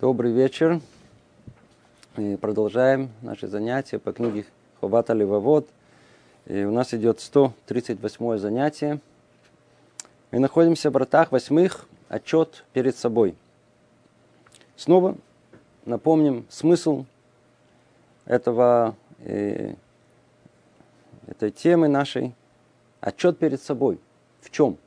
Добрый вечер. Мы продолжаем наши занятия по книге Ховат Алевавот. И у нас идет 138 занятие. Мы находимся в вратах 8, отчет перед собой. Снова напомним смысл этой темы нашей. Отчет перед собой. В чем?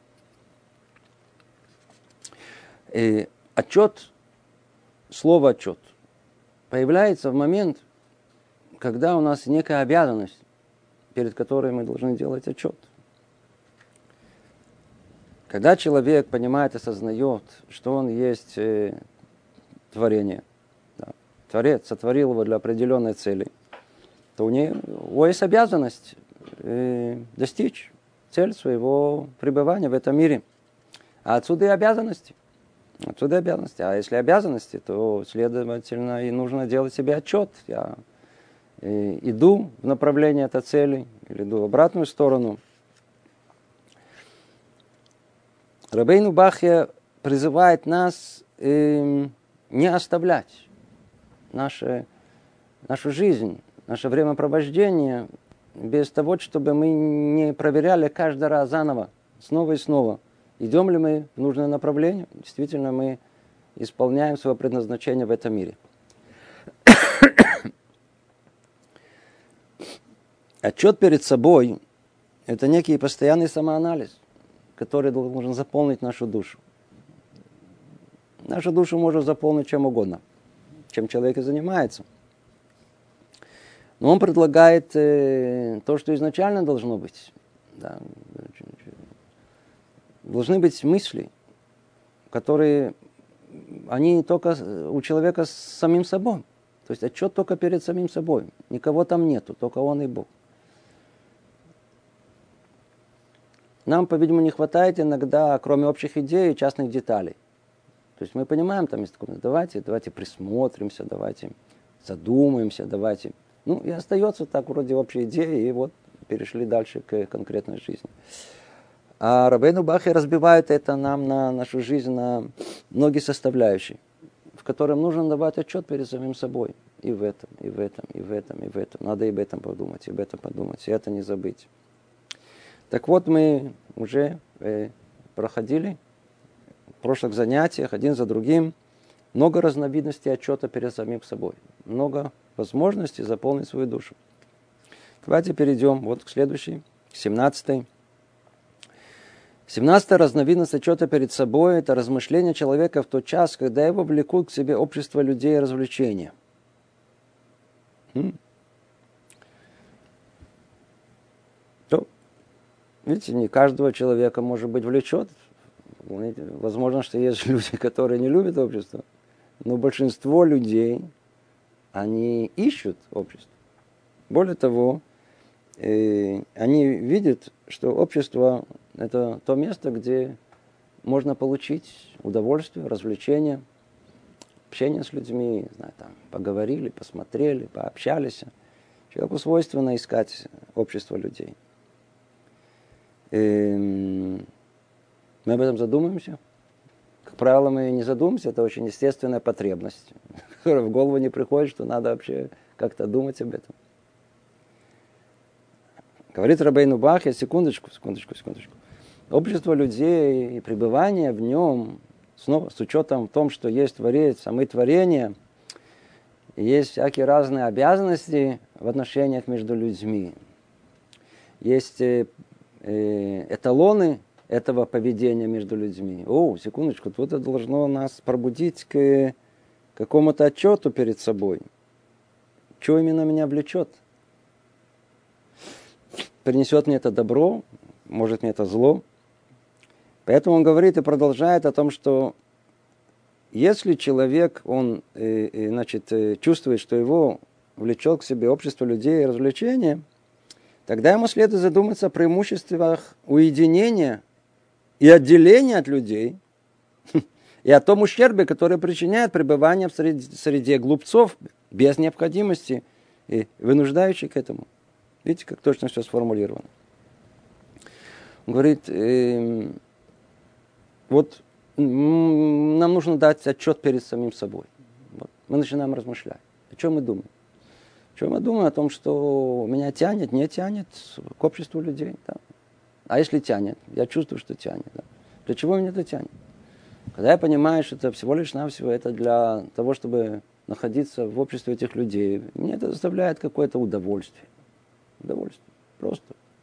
Отчет, слово отчет, появляется в момент, когда у нас некая обязанность, перед которой мы должны делать отчет. Когда человек понимает и осознает, что он есть творение, да, Творец сотворил его для определенной цели, то у него есть обязанность достичь цель своего пребывания в этом мире. А отсюда и обязанности. А если обязанности, то, следовательно, и нужно делать себе отчет. Я иду в направлении этой цели, или иду в обратную сторону. Рабейну Бахья призывает нас не оставлять нашу жизнь, наше времяпровождение без того, чтобы мы не проверяли каждый раз заново, снова и снова. Идем ли мы в нужное направление? Действительно, мы исполняем свое предназначение в этом мире. Отчет перед собой – это некий постоянный самоанализ, который должен заполнить нашу душу. Нашу душу можно заполнить чем угодно, чем человек и занимается. Но он предлагает то, что изначально должно быть. Да. Должны быть мысли, которые, они только у человека с самим собой. То есть отчет только перед самим собой. Никого там нету, только он и Бог. Нам, по-видимому, не хватает иногда, кроме общих идей, частных деталей. То есть мы понимаем, там есть такое, давайте присмотримся, давайте задумаемся, давайте. Ну, и остается так вроде общей идеи, и вот перешли дальше к конкретной жизни. А Рабейну Бахья разбивает это нам на нашу жизнь на многие составляющие, в котором нужно давать отчет перед самим собой. И в этом, и в этом, и в этом, и в этом. Надо и об этом подумать, и об этом подумать, и это не забыть. Так вот, мы уже проходили в прошлых занятиях один за другим много разновидностей отчета перед самим собой. Много возможностей заполнить свою душу. Давайте перейдем вот к следующей, к 17-й. 17-я разновидность отчета перед собой – это размышление человека в тот час, когда его влекут к себе общество людей и развлечения. То, видите, не каждого человека, может быть, влечет. Возможно, что есть люди, которые не любят общество, но большинство людей, они ищут общество. Более того, они видят, что общество – это то место, где можно получить удовольствие, развлечение, общение с людьми, не знаю, там, поговорили, посмотрели, пообщались. Человеку свойственно искать общество людей. Мы об этом задумаемся. Как правило, мы не задумаемся, это очень естественная потребность, которая в голову не приходит, что надо вообще как-то думать об этом. Говорит Рабейну Бахья, секундочку. Общество людей и пребывание в нем, снова с учетом том, что есть Творец, а мы творение, есть всякие разные обязанности в отношениях между людьми. Есть эталоны этого поведения между людьми. Секундочку, тут это должно нас пробудить к какому-то отчету перед собой. Что именно меня влечет? Принесет мне это добро, может мне это зло. Поэтому он говорит и продолжает о том, что если человек, он чувствует, что его влечет к себе общество людей и развлечения, тогда ему следует задуматься о преимуществах уединения и отделения от людей и о том ущербе, который причиняет пребывание в среде глупцов без необходимости и вынуждающий к этому. Видите, как точно все сформулировано. Он говорит, вот нам нужно дать отчет перед самим собой. Мы начинаем размышлять. О чем мы думаем? О чем мы думаем? О том, что меня тянет, не тянет к обществу людей. Да. А если тянет? Я чувствую, что тянет. Да. Для чего меня это тянет? Когда я понимаю, что это всего лишь навсего это для того, чтобы находиться в обществе этих людей, мне это доставляет какое-то удовольствие. Удовольствие. Просто.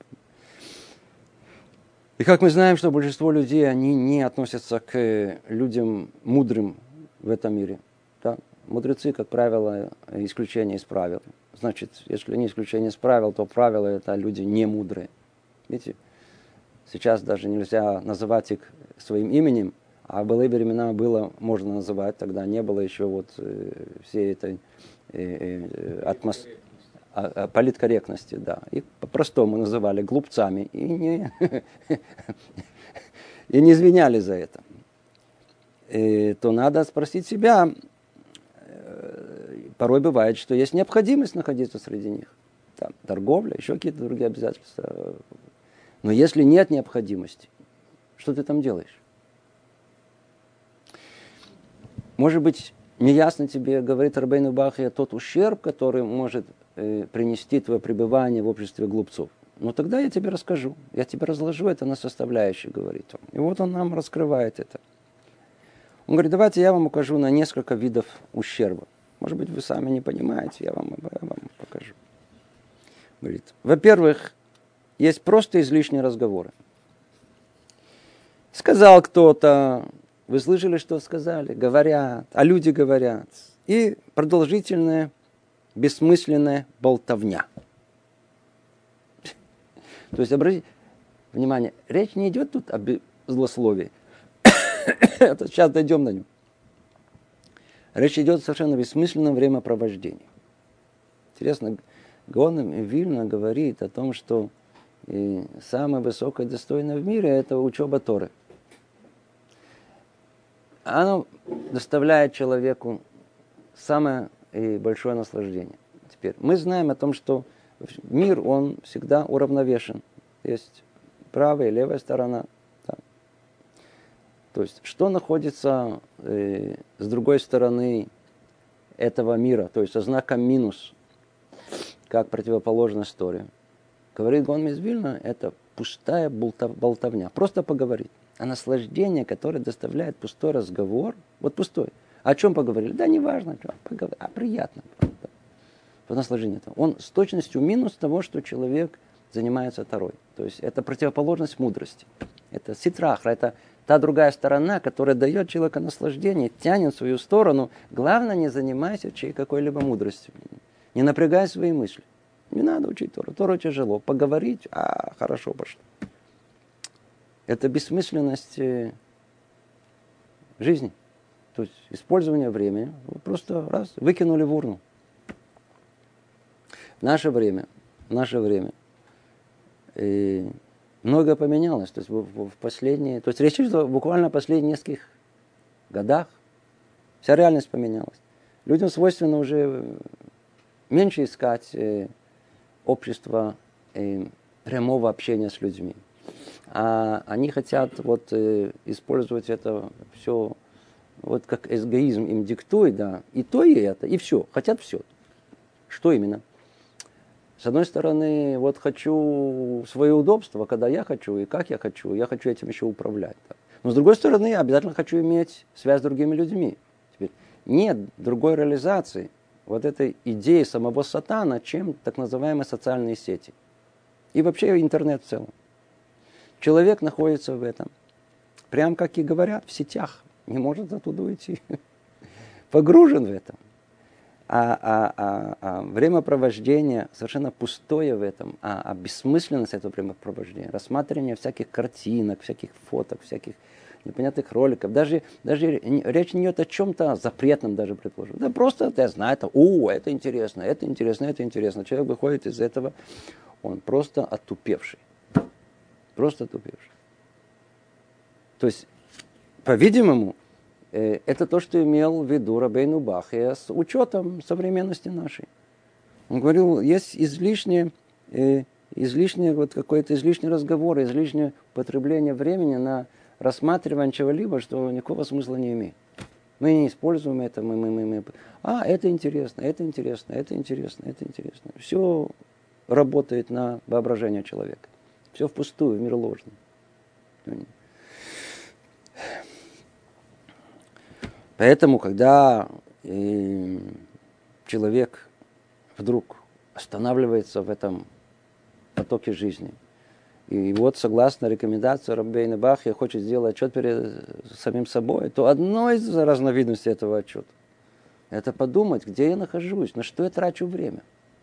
И как мы знаем, что большинство людей, они не относятся к людям мудрым в этом мире. Да? Мудрецы, как правило, исключение из правил. Значит, если не исключение из правил, то правила это люди не мудрые. Видите? Сейчас даже нельзя называть их своим именем, а в былые времена было можно называть, тогда не было еще вот всей этой политкорректности, да. Их по-простому называли глупцами и не извиняли за это. То надо спросить себя, порой бывает, что есть необходимость находиться среди них. Там, торговля, еще какие-то другие обязательства. Но если нет необходимости, что ты там делаешь? Может быть, неясно тебе, говорит Рабейну Бахья, тот ущерб, который может принести твое пребывание в обществе глупцов. Но тогда я тебе расскажу, я тебе разложу это на составляющие, говорит он. И вот он нам раскрывает это. Он говорит, давайте я вам укажу на несколько видов ущерба. Может быть, вы сами не понимаете, я вам покажу. Говорит, во-первых, есть просто излишние разговоры. Сказал кто-то, вы слышали, что сказали? Говорят, а люди говорят. И продолжительная, бессмысленная болтовня. То есть, обратите внимание, речь не идет тут о злословии. Это сейчас дойдем до него. Речь идет о совершенно бессмысленном времяпровождении. Интересно, Гаон Вильна говорит о том, что самое высокое достойное в мире – это учеба Торы. Оно доставляет человеку самое большое наслаждение. Теперь мы знаем о том, что мир, он всегда уравновешен. Есть правая и левая сторона. Да. То есть, что находится с другой стороны этого мира, то есть со знаком минус, как противоположная история. Говорит Гаон из Вильна, это пустая болтовня. Просто поговорить. А наслаждение, которое доставляет пустой разговор, вот пустой. О чем поговорили? Да не важно, а приятно. Вот наслаждение этого. Он с точностью минус того, что человек занимается Торой. То есть это противоположность мудрости. Это ситрахра, это та другая сторона, которая дает человеку наслаждение, тянет в свою сторону. Главное, не занимайся какой-либо мудростью. Не напрягай свои мысли. Не надо учить Тору. Тору тяжело. Поговорить, хорошо пошло. Это бессмысленность жизни. То есть использование времени. Просто раз, выкинули в урну. В наше время многое поменялось. То есть в последние, то есть речь идет буквально о последних нескольких годах. Вся реальность поменялась. Людям свойственно уже меньше искать общество прямого общения с людьми. А они хотят использовать это все, вот как эгоизм им диктует, да, и то, и это, и все, хотят все. Что именно? С одной стороны, вот хочу свое удобство, когда я хочу и как я хочу этим еще управлять. Да. Но с другой стороны, я обязательно хочу иметь связь с другими людьми. Теперь нет другой реализации вот этой идеи самого сатана, чем так называемые социальные сети. И вообще интернет в целом. Человек находится в этом. Прям как и говорят, в сетях. Не может оттуда уйти. Погружен в этом. А времяпровождение совершенно пустое в этом. А бессмысленность этого времяпровождения, рассматривание всяких картинок, всяких фоток, всяких непонятных роликов. Даже речь не идет о чем-то запретном даже, предположим. Да просто я знаю, это интересно, это интересно, это интересно. Человек выходит из этого, он просто отупевший. Просто отупевший. То есть, по-видимому, это то, что имел в виду Рабейну Бахья с учетом современности нашей. Он говорил, есть излишнее какой-то излишний разговор, излишнее употребление времени на рассматривание чего-либо, что никакого смысла не имеет. Мы не используем это, это интересно, это интересно, это интересно, это интересно. Все работает на воображение человека. Все впустую, в мир ложный. Поэтому, когда человек вдруг останавливается в этом потоке жизни, и вот, согласно рекомендации Рабейна Бахья, хочет сделать отчет перед самим собой, то одной из разновидностей этого отчета – это подумать, где я нахожусь, на что я трачу время.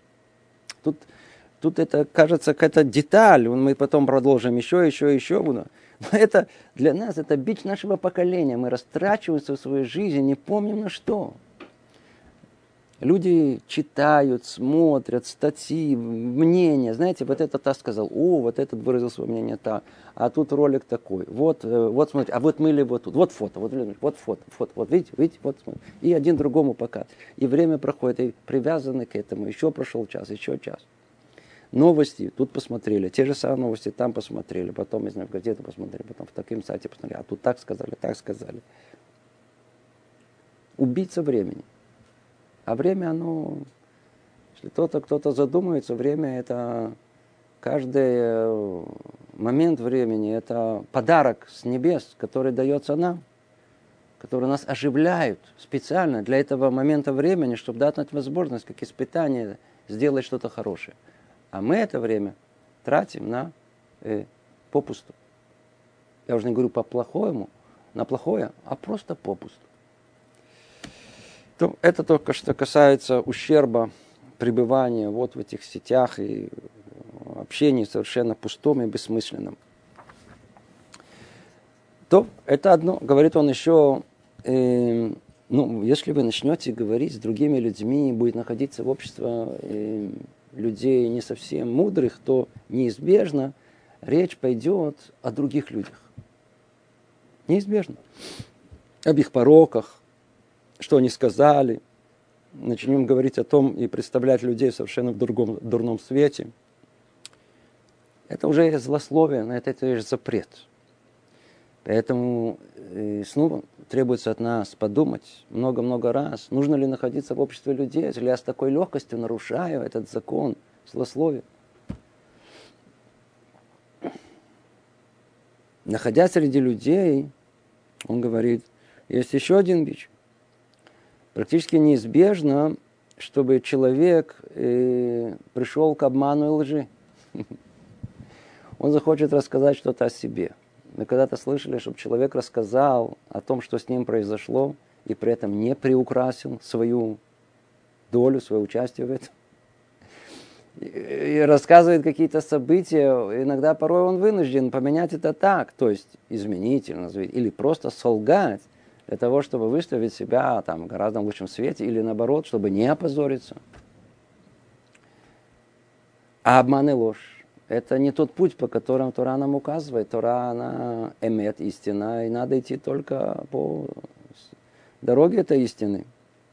Тут это, кажется, какая-то деталь, мы потом продолжим еще. Но это для нас, это бич нашего поколения. Мы растрачиваемся в своей жизни, не помним на что. Люди читают, смотрят статьи, мнения. Знаете, вот этот так сказал, вот этот выразил свое мнение так, а тут ролик такой. Вот смотрите, а вот мы ли вот тут, вот фото, вот видите, вот смотрите. И один другому показывает. И время проходит, и привязаны к этому. Еще прошел час, еще час. Новости тут посмотрели, те же самые новости там посмотрели, потом, не знаю, в газету посмотрели, потом в таком сайте посмотрели, а тут так сказали. Убийца времени. А время, если кто-то задумается, время это каждый момент времени, это подарок с небес, который дается нам, который нас оживляют специально для этого момента времени, чтобы дать нам возможность, как испытание, сделать что-то хорошее. А мы это время тратим попусту. Я уже не говорю на плохое, а просто попусту. То это только что касается ущерба пребывания в этих сетях и общении совершенно пустом и бессмысленном. То это одно. Говорит он еще, если вы начнете говорить с другими людьми, будет находиться в обществе людей не совсем мудрых, то неизбежно речь пойдет о других людях. Неизбежно. Об их пороках, что они сказали. Начнем говорить о том и представлять людей совершенно в дурном свете. Это уже злословие, это же запрет. Поэтому снова требуется от нас подумать много-много раз, нужно ли находиться в обществе людей, если я с такой легкостью нарушаю этот закон злословия. Находясь среди людей, он говорит, есть еще один бич. Практически неизбежно, чтобы человек пришел к обману и лжи. Он захочет рассказать что-то о себе. Мы когда-то слышали, чтобы человек рассказал о том, что с ним произошло, и при этом не приукрасил свою долю, свое участие в этом. И рассказывает какие-то события, иногда порой он вынужден поменять это так, то есть изменить или просто солгать, для того, чтобы выставить себя в гораздо лучшем свете, или наоборот, чтобы не опозориться. А обман и ложь – это не тот путь, по которому Тора нам указывает. Тора, она эмет, истина, и надо идти только по дороге этой истины.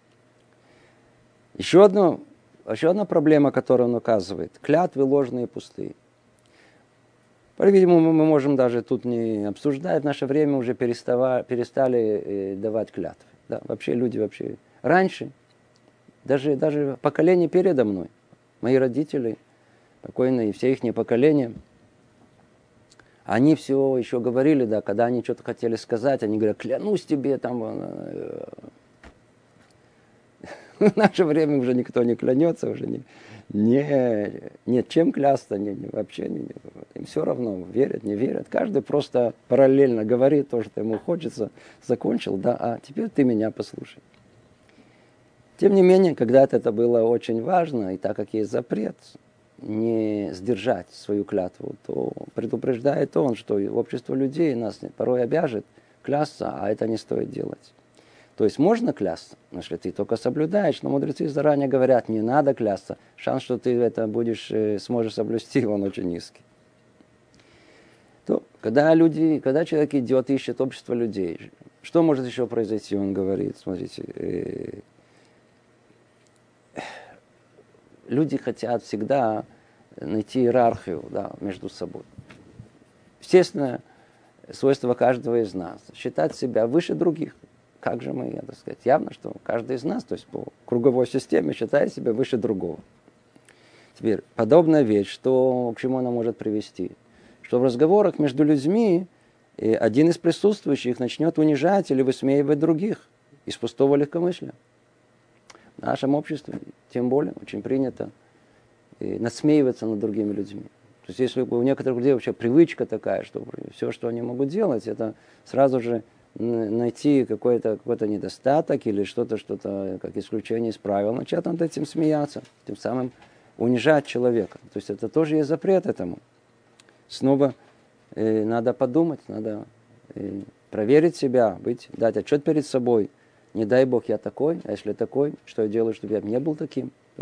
Еще одна проблема, которую он указывает – клятвы ложные и пустые. По-видимому, мы можем даже тут не обсуждать. В наше время уже перестали давать клятвы. Да, люди раньше, даже поколение передо мной, мои родители, покойные, все их поколения, они все еще говорили, когда они что-то хотели сказать, они говорят, клянусь тебе, В наше время уже никто не клянется, уже нет чем клясться, вообще им все равно, верят, не верят. Каждый просто параллельно говорит то, что ему хочется, закончил, а теперь ты меня послушай. Тем не менее, когда-то это было очень важно, и так как есть запрет не сдержать свою клятву, то предупреждает он, что общество людей нас порой обяжет клясться, а это не стоит делать. То есть можно клясться, если ты только соблюдаешь, но мудрецы заранее говорят, не надо клясться. Шанс, что ты это сможешь соблюсти, он очень низкий. То, когда человек идет, ищет общество людей, что может еще произойти? Он говорит, смотрите, люди хотят всегда найти иерархию между собой. Естественно, свойство каждого из нас считать себя выше других. как же мы, так сказать, явно, что каждый из нас, то есть по круговой системе, считает себя выше другого. Теперь, подобная вещь, что, к чему она может привести? Что в разговорах между людьми один из присутствующих начнет унижать или высмеивать других из пустого легкомыслия. В нашем обществе, тем более, очень принято насмеиваться над другими людьми. То есть, если у некоторых людей вообще привычка такая, что все, что они могут делать, это сразу же найти какой-то недостаток или что-то, как исключение из правил, начать над этим смеяться, тем самым унижать человека. То есть, это тоже есть запрет этому. Снова надо подумать, надо проверить себя, дать отчет перед собой. Не дай Бог я такой, а если такой, что я делаю, чтобы я не был таким? Да.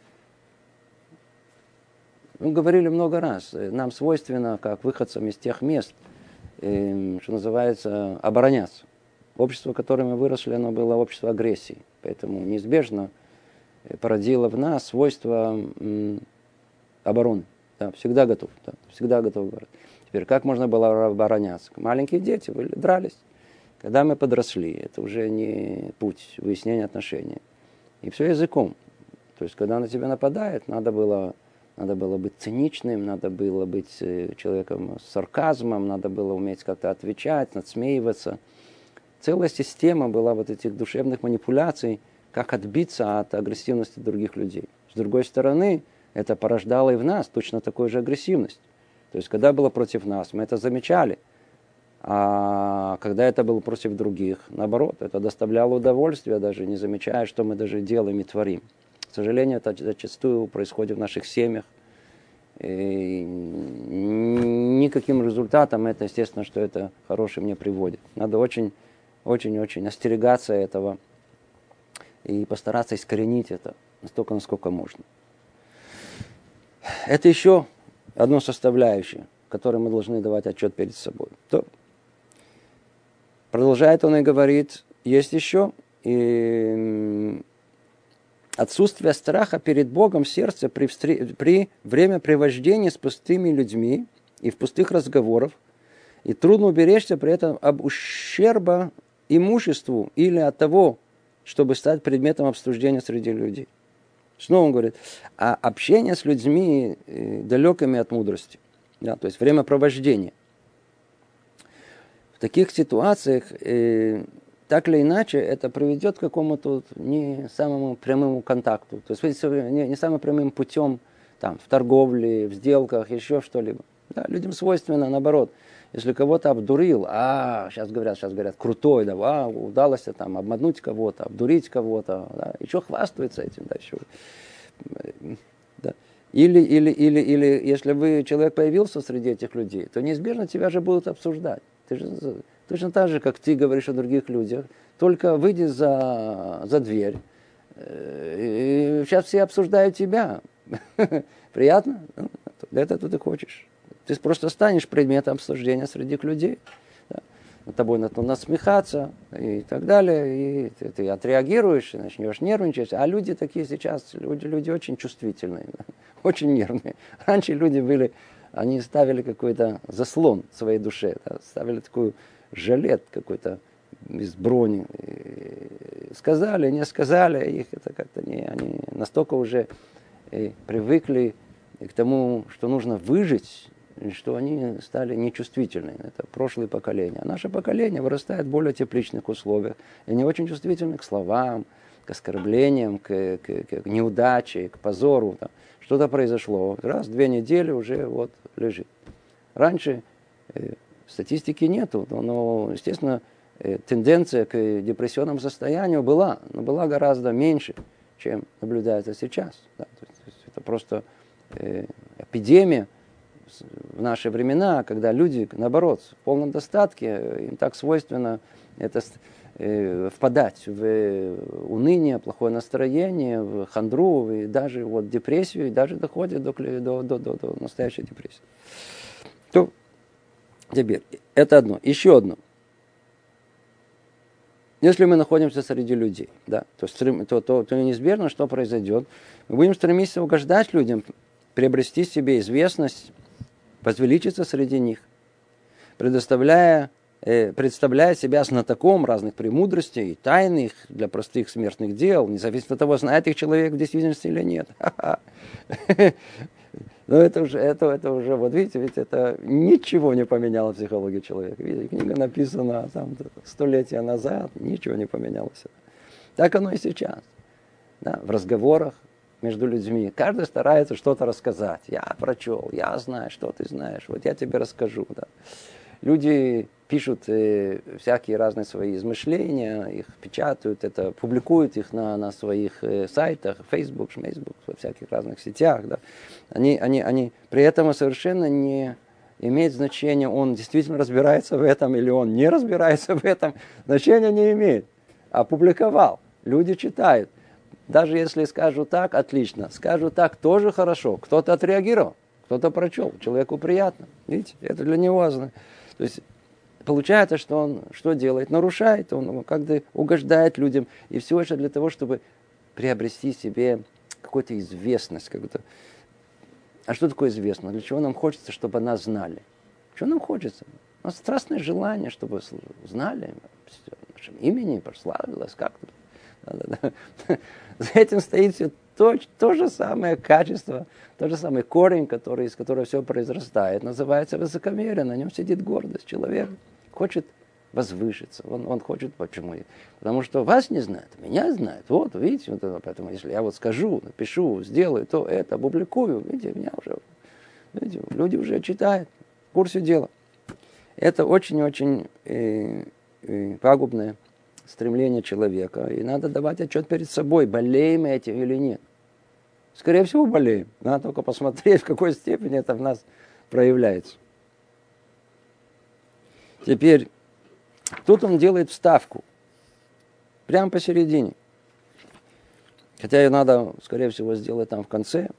Мы говорили много раз, нам свойственно, как выходцам из тех мест, что называется, обороняться. Общество, в котором мы выросли, оно было общество агрессии, поэтому неизбежно породило в нас свойство обороны. Да, всегда готов, говорить. Теперь, как можно было обороняться? Маленькие дети дрались. Когда мы подросли, это уже не путь выяснения отношений. И все языком. То есть, когда на тебя нападает, надо было быть циничным, надо было быть человеком с сарказмом, надо было уметь как-то отвечать, надсмеиваться. Целая система была вот этих душевных манипуляций, как отбиться от агрессивности других людей. С другой стороны, это порождало и в нас точно такую же агрессивность. То есть, когда было против нас, мы это замечали. А когда это было против других, наоборот, это доставляло удовольствие, даже не замечая, что мы даже делаем и творим. К сожалению, это зачастую происходит в наших семьях. И никаким результатом это, естественно, что это хорошим не приводит. Надо очень остерегаться этого и постараться искоренить это настолько, насколько можно. Это еще одно составляющее, которое мы должны давать отчет перед собой. То, продолжает он и говорит, есть еще отсутствие страха перед Богом в сердце при времяпривождении с пустыми людьми и в пустых разговорах, и трудно уберечься при этом об ущерба имуществу или от того, чтобы стать предметом обсуждения среди людей. Снова он говорит, а общение с людьми далекими от мудрости, да, то есть времяпровождение. В таких ситуациях, так или иначе, это приведет к какому-то не самому прямому контакту. То есть не самым прямым путем там, в торговле, в сделках, еще что-либо. Да, людям свойственно наоборот. Если кого-то обдурил, сейчас говорят, крутой, да, удалось там, обмануть кого-то, обдурить кого-то, да, еще хвастаются этим, да, еще. Да. Или, если человек появился среди этих людей, то неизбежно тебя же будут обсуждать. Ты же точно так же, как ты говоришь о других людях, только выйди за дверь, и сейчас все обсуждают тебя. Приятно? Для этого ты хочешь. Ты просто станешь предметом обсуждения среди людей. Да. Над тобой насмехаться и так далее. И ты отреагируешь, и начнешь нервничать. А люди такие сейчас, люди очень чувствительные, очень нервные. Раньше люди они ставили какой-то заслон в своей душе, да, ставили такой жилет какой-то из брони. И сказали, не сказали, их это как-то они настолько уже привыкли к тому, что нужно выжить, что они стали нечувствительны. Это прошлое поколение. А наше поколение вырастает в более тепличных условиях. И не очень чувствительны к словам, к оскорблениям, к неудаче, к позору. Да. Что-то произошло. Раз, 2 недели уже вот лежит. Раньше статистики нету, но, естественно, тенденция к депрессионному состоянию была, но была гораздо меньше, чем наблюдается сейчас. Да. То есть это просто эпидемия в наши времена, когда люди, наоборот, в полном достатке, им так свойственно это впадать в уныние, плохое настроение, в хандру, и даже вот депрессию, и даже доходит до настоящей депрессии. То теперь, это одно. Еще одно. Если мы находимся среди людей, да, то неизбежно, что произойдет. Мы будем стремиться угождать людям, приобрести себе известность, возвеличиться среди них, предоставляя представляет себя знатоком разных премудростей, тайных для простых смертных дел, независимо от того, знает их человек в действительности или нет. Но это уже, вот видите, ведь это ничего не поменяло в психологии человека. Видите, книга написана там столетия назад, ничего не поменялось. Так оно и сейчас. Да, в разговорах между людьми. Каждый старается что-то рассказать. Я прочел, я знаю, что ты знаешь. Вот я тебе расскажу. Да. Люди пишут всякие разные свои измышления, их печатают, это публикуют их на своих сайтах, Facebook, Шмейсбук, во всяких разных сетях. Да. Они при этом совершенно не имеет значения, он действительно разбирается в этом или он не разбирается в этом, значения не имеет. Опубликовал, люди читают. Даже если скажу так, отлично. Скажу так, тоже хорошо. Кто-то отреагировал, кто-то прочел. Человеку приятно. Видите, это для него важно. То есть получается, что он что делает? Нарушает, он как-то угождает людям. И все это для того, чтобы приобрести себе какую-то известность. Какую-то. А что такое известность? Для чего нам хочется, чтобы нас знали? Что нам хочется? У нас страстное желание, чтобы знали о нашем имени, прославилось как-то. За этим стоит все то же самое качество, тот же самый корень, из которого все произрастает, называется высокомерие, на нем сидит гордость. Человек хочет возвышиться, он хочет, почему? Потому что вас не знают, меня знают. Вот, видите, вот, поэтому если я вот скажу, напишу, сделаю то, это, опубликую, видите, меня уже, видите, люди уже читают, в курсе дела. Это очень-очень пагубное стремление человека. И надо давать отчет перед собой, болеем мы этим или нет. Скорее всего, болеем. Надо только посмотреть, в какой степени это в нас проявляется. Теперь, тут он делает вставку. Прямо посередине. Хотя ее надо, скорее всего, сделать там в конце.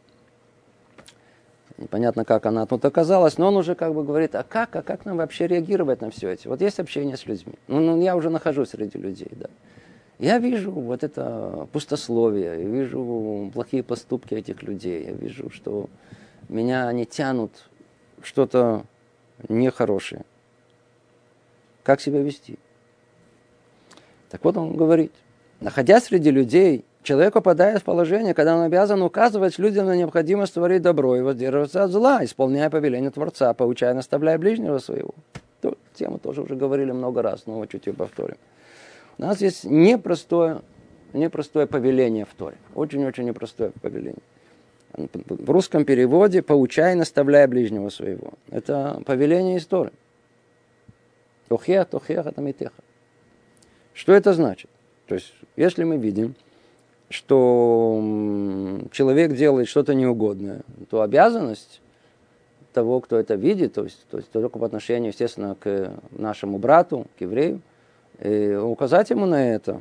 Непонятно, как она тут оказалась, но он уже как бы говорит, а как нам вообще реагировать на все это? Вот есть общение с людьми. Ну, я уже нахожусь среди людей, да. Я вижу вот это пустословие, я вижу плохие поступки этих людей, я вижу, что меня они тянут в что-то нехорошее. Как себя вести? Так вот он говорит, находясь среди людей, человек попадает в положение, когда он обязан указывать людям на необходимость творить добро и воздерживаться от зла, исполняя повеление Творца, поучая, наставляя ближнего своего. Эту тему тоже уже говорили много раз, но чуть ее повторим. У нас есть непростое повеление в Торе. Очень-очень непростое повеление. В русском переводе «поучай, наставляя ближнего своего». Это повеление из Торы. Тохех, это митеха. Что это значит? То есть, если мы видим, что человек делает что-то неугодное, то обязанность того, кто это видит, то есть только по отношению, естественно, к нашему брату, к еврею, указать ему на это.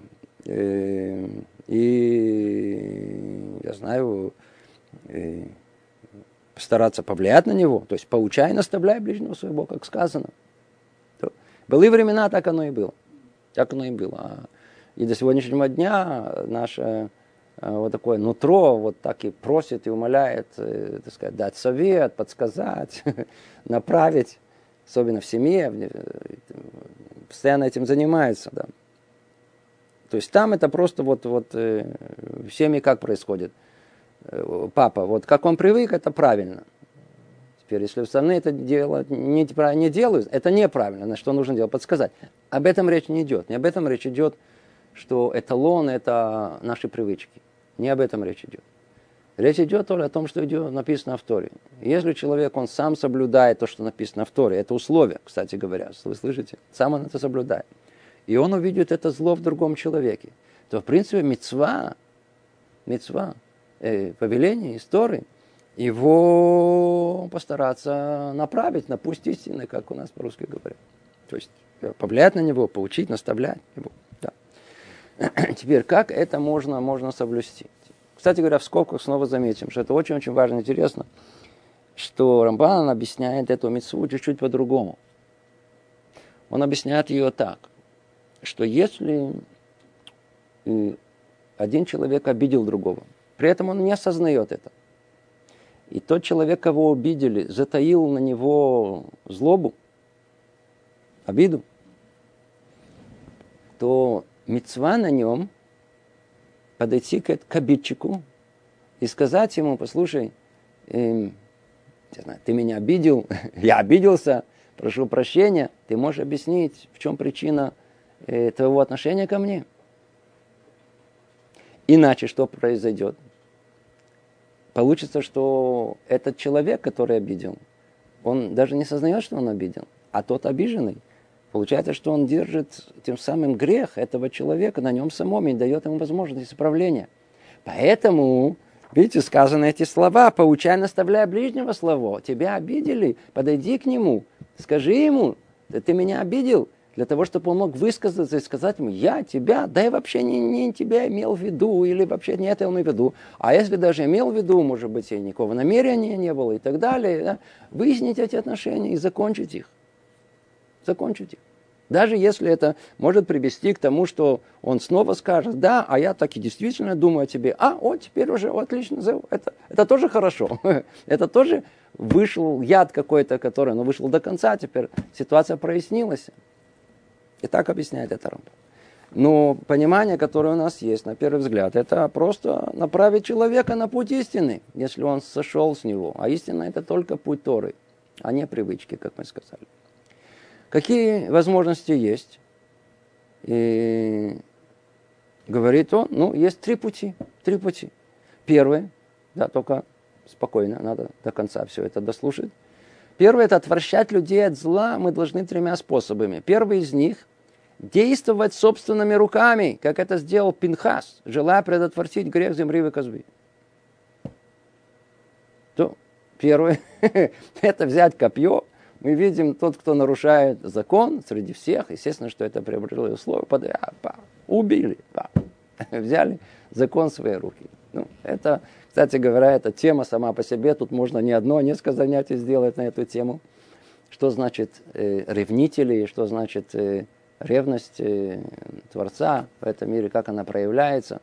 И, я знаю, постараться повлиять на него, то есть поучай, наставляй ближнего своего, как сказано. Были времена, так оно и было. Так оно и было. И до сегодняшнего дня наше вот такое нутро вот так и просит и умоляет, так сказать, дать совет, подсказать, направить, особенно в семье, постоянно этим занимается, да. То есть там это просто вот в семье как происходит? Папа, вот как он привык, это правильно. Теперь, если остальные это делают, не делают, это неправильно. Значит, что нужно делать? Подсказать. Об этом речь не идет. Не об этом речь идет, что эталон – это наши привычки. Не об этом речь идет. Речь идет только о том, что написано в Торе. Если человек, он сам соблюдает то, что написано в Торе, это условие, кстати говоря, вы слышите? Сам он это соблюдает. И он увидит это зло в другом человеке. То, в принципе, мицва, повеление из Торы, его постараться направить на путь истины, как у нас по-русски говорят. То есть повлиять на него, поучить, наставлять его. Да. Теперь, как это можно соблюсти? Кстати говоря, в скобках снова заметим, что это очень-очень важно и интересно, что Рамбан объясняет эту мицву чуть-чуть по-другому. Он объясняет ее так, что если один человек обидел другого, при этом он не осознает это, и тот человек, кого обидели, затаил на него злобу, обиду, то мицва на нем подойти к обидчику и сказать ему: послушай, не знаю, ты меня обидел, я обиделся, прошу прощения, ты можешь объяснить, в чем причина твоего отношения ко мне? Иначе что произойдет? Получится, что этот человек, который обидел, он даже не сознает, что он обидел, а тот обиженный. Получается, что он держит тем самым грех этого человека на нем самом и дает ему возможность исправления. Поэтому, видите, сказаны эти слова: поучай, наставляй ближнего слово. Тебя обидели, подойди к нему, скажи ему: ты меня обидел, для того, чтобы он мог высказаться и сказать ему: я тебя, да я вообще не тебя имел в виду, или вообще не это имел в виду. А если даже имел в виду, может быть, и никакого намерения не было и так далее. Да? Выяснить эти отношения и закончить их. Закончить их. Даже если это может привести к тому, что он снова скажет: да, а я так и действительно думаю о тебе. Теперь уже отлично, это тоже хорошо. Это тоже вышел яд какой-то, который вышел до конца, теперь ситуация прояснилась. И так объясняет это Рамбам. Но понимание, которое у нас есть, на первый взгляд, это просто направить человека на путь истины, если он сошел с него. А истина — это только путь Торы, а не привычки, как мы сказали. Какие возможности есть? И говорит он, есть три пути. Первый, только спокойно, надо до конца все это дослушать. Первое — это отвращать людей от зла мы должны 3 способами. Первый из них — действовать собственными руками, как это сделал Пинхас, желая предотвратить грех Зимри и Козби. Первое — это взять копье. Мы видим, тот, кто нарушает закон среди всех, естественно, что это приобрело условия, убили, взяли закон в свои руки. Это, кстати говоря, эта тема сама по себе, тут можно не одно, а несколько занятий сделать на эту тему. Что значит ревнители, что значит ревность Творца в этом мире, как она проявляется.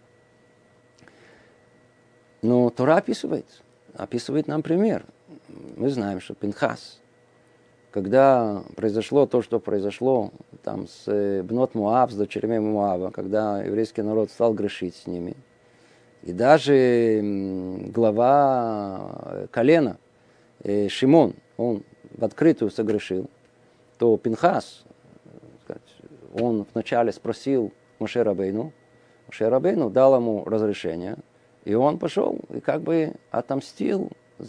Но Тора описывает нам пример. Мы знаем, что Пинхас, когда произошло то, что произошло там с Бнот Моав, с дочерями Моава, когда еврейский народ стал грешить с ними, и даже глава колена Шимон, он в открытую согрешил, то Пинхас, он вначале спросил Моше Рабейну дал ему разрешение, и он пошел и как бы отомстил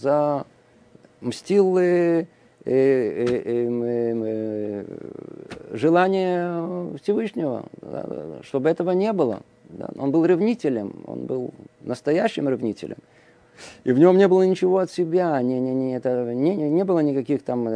желание Всевышнего, чтобы этого не было. Он был ревнителем, он был настоящим ревнителем. И в нем не было ничего от себя, не было никаких там,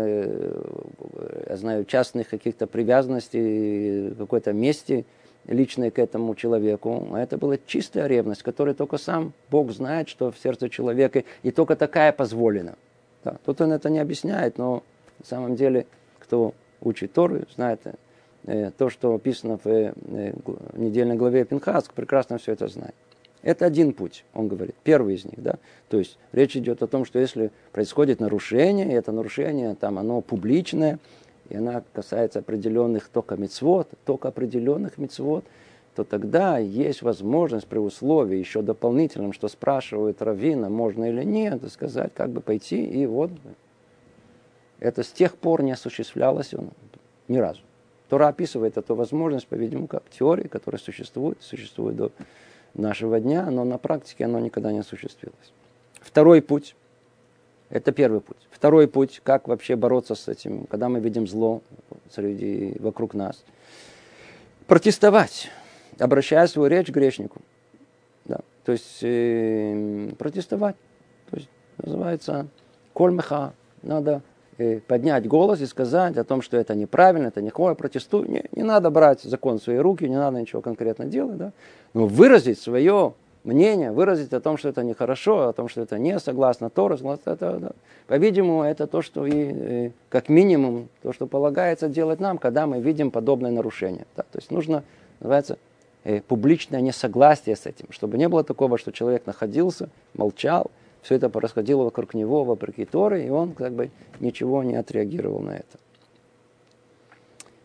я знаю, частных каких-то привязанностей, какой-то мести личной к этому человеку. А это была чистая ревность, которая только сам Бог знает, что в сердце человека, и только такая позволена. Да, тут он это не объясняет, но на самом деле, кто учит Тору, знает то, что описано в недельной главе Пинхас, прекрасно все это знает. Это один путь, он говорит, первый из них. Да? То есть речь идет о том, что если происходит нарушение, и это нарушение, оно публичное, и оно касается определенных только определенных мицвот, то тогда есть возможность при условии еще дополнительном, что спрашивают раввина, можно или нет, сказать, как бы пойти, и вот это с тех пор не осуществлялось ни разу. Тора описывает эту возможность, по-видимому, как теория, которая существует до нашего дня, но на практике оно никогда не осуществилось. Второй путь, это первый путь. Второй путь, как вообще бороться с этим, когда мы видим зло вокруг нас. Протестовать, обращая свою речь к грешнику. Да. То есть протестовать. То есть называется коль меха. Надо поднять голос и сказать о том, что это неправильно, это нехорошо, протестую. Не надо брать закон в свои руки, не надо ничего конкретно делать. Да? Но выразить свое мнение, выразить о том, что это нехорошо, о том, что это не согласно Тору, да. По-видимому, это то, что как минимум, то, что полагается делать нам, когда мы видим подобное нарушение. Да? То есть нужно, называется, публичное несогласие с этим, чтобы не было такого, что человек находился, молчал, все это происходило вокруг него, вопреки Торе, и он как бы ничего не отреагировал на это.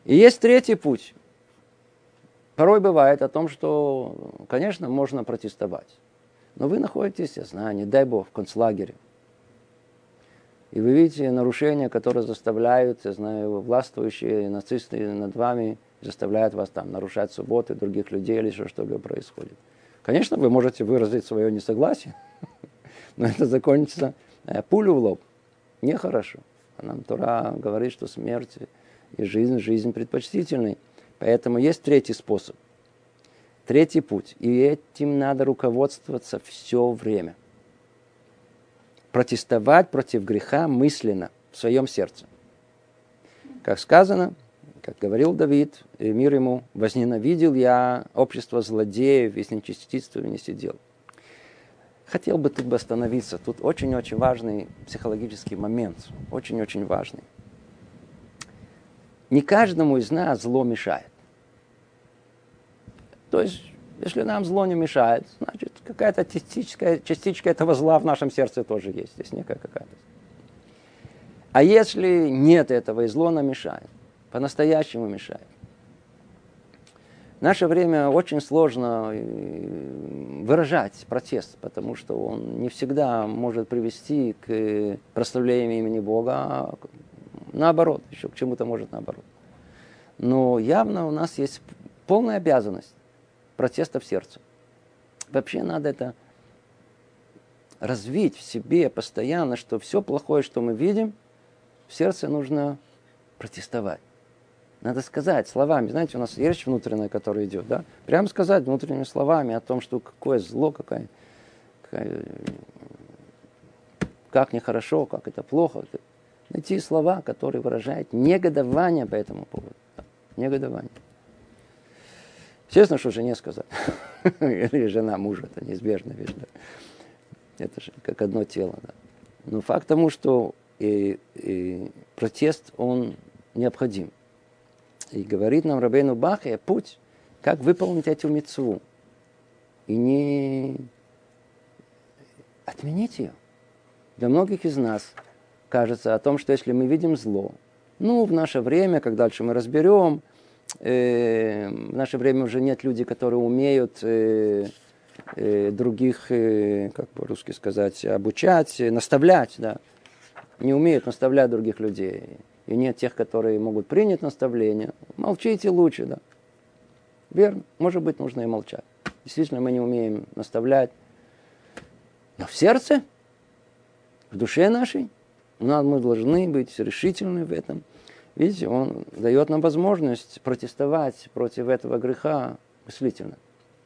И есть третий путь. Порой бывает о том, что, конечно, можно протестовать. Но вы находитесь, я знаю, не дай бог, в концлагере. И вы видите нарушения, которые заставляют, я знаю, властвующие нацисты над вами, заставляют вас там нарушать субботы других людей или еще что-либо происходит. Конечно, вы можете выразить свое несогласие, но это закончится пулю в лоб. Нехорошо. Нам Тора говорит, что смерть и жизнь предпочтительной. Поэтому есть третий способ. Третий путь. И этим надо руководствоваться все время. Протестовать против греха мысленно, в своем сердце. Как сказано, как говорил Давид, мир ему, возненавидел я общество злодеев и с нечестивцами сидел. Хотел бы тут остановиться. Тут очень-очень важный психологический момент. Очень-очень важный. Не каждому из нас зло мешает. То есть, если нам зло не мешает, значит, какая-то частичка этого зла в нашем сердце тоже есть. Здесь некая какая-то. А если нет этого, и зло нам мешает, по-настоящему мешает. В наше время очень сложно выражать протест, потому что он не всегда может привести к прославлению имени Бога, а наоборот, еще к чему-то может наоборот. Но явно у нас есть полная обязанность протеста в сердце. Вообще надо это развить в себе постоянно, что все плохое, что мы видим, в сердце нужно протестовать. Надо сказать словами. Знаете, у нас речь внутренняя, которая идет, да? Прямо сказать внутренними словами о том, что какое зло, как нехорошо, как это плохо. Найти слова, которые выражают негодование по этому поводу. Негодование. Естественно, что жене сказать. Или жена мужа, это неизбежная вещь. Да? Это же как одно тело. Да? Но факт тому, что протест, он необходим. И говорит нам Рабейну Бахья путь, как выполнить эту мицву. И не отменить ее. Для многих из нас кажется о том, что если мы видим зло, в наше время, как дальше мы разберем, в наше время уже нет людей, которые умеют других, как по-русски сказать, обучать, наставлять, да. Не умеют наставлять других людей. И нет тех, которые могут принять наставление. Молчите лучше, да. Верно. Может быть, нужно и молчать. Действительно, мы не умеем наставлять. Но в сердце, в душе нашей, мы должны быть решительны в этом. Видите, он дает нам возможность протестовать против этого греха мыслительно.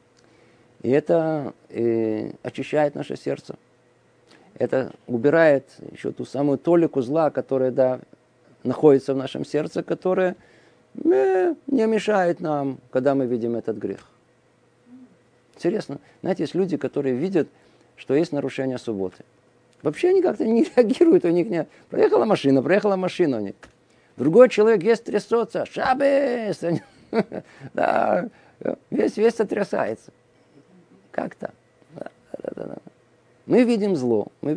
И это очищает наше сердце. Это убирает еще ту самую толику зла, которая, находится в нашем сердце, которая не мешает нам, когда мы видим этот грех. Интересно. Знаете, есть люди, которые видят, что есть нарушение субботы. Вообще они как-то не реагируют, у них нет. Проехала машина у них. Другой человек весь трясется, шабес, да, весь сотрясается. Как так? Да. Мы видим зло. Мы